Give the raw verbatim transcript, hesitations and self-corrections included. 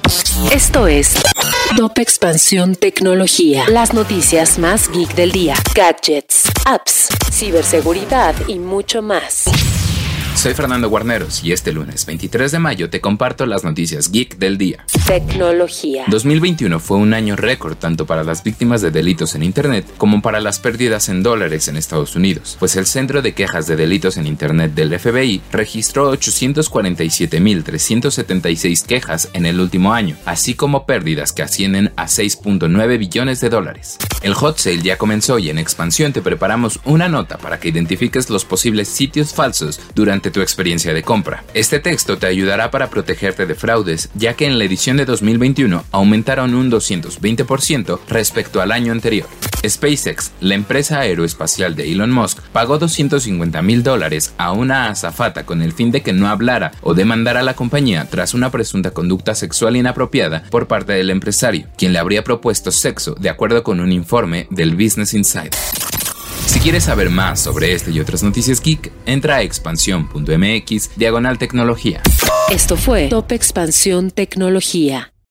Esto es Top Expansión Tecnología. Las noticias más geek del día. Gadgets, apps, ciberseguridad y mucho más. Soy Fernando Guarneros y este lunes veintitrés de mayo te comparto las noticias geek del día. Tecnología. dos mil veintiuno fue un año récord tanto para las víctimas de delitos en Internet como para las pérdidas en dólares en Estados Unidos, pues el Centro de Quejas de Delitos en Internet del F B I registró ochocientos cuarenta y siete mil trescientos setenta y seis quejas en el último año, así como pérdidas que ascienden a seis punto nueve billones de dólares. El hot sale ya comenzó y en Expansión te preparamos una nota para que identifiques los posibles sitios falsos durante tu experiencia de compra. Este texto te ayudará para protegerte de fraudes, ya que en la edición de dos mil veintiuno aumentaron un doscientos veinte por ciento respecto al año anterior. SpaceX, la empresa aeroespacial de Elon Musk, pagó doscientos cincuenta mil dólares a una azafata con el fin de que no hablara o demandara a la compañía tras una presunta conducta sexual inapropiada por parte del empresario, quien le habría propuesto sexo de acuerdo con un informe del Business Insider. Si quieres saber más sobre este y otras noticias geek, entra a expansión punto m x diagonal tecnología. Esto fue Top Expansión Tecnología.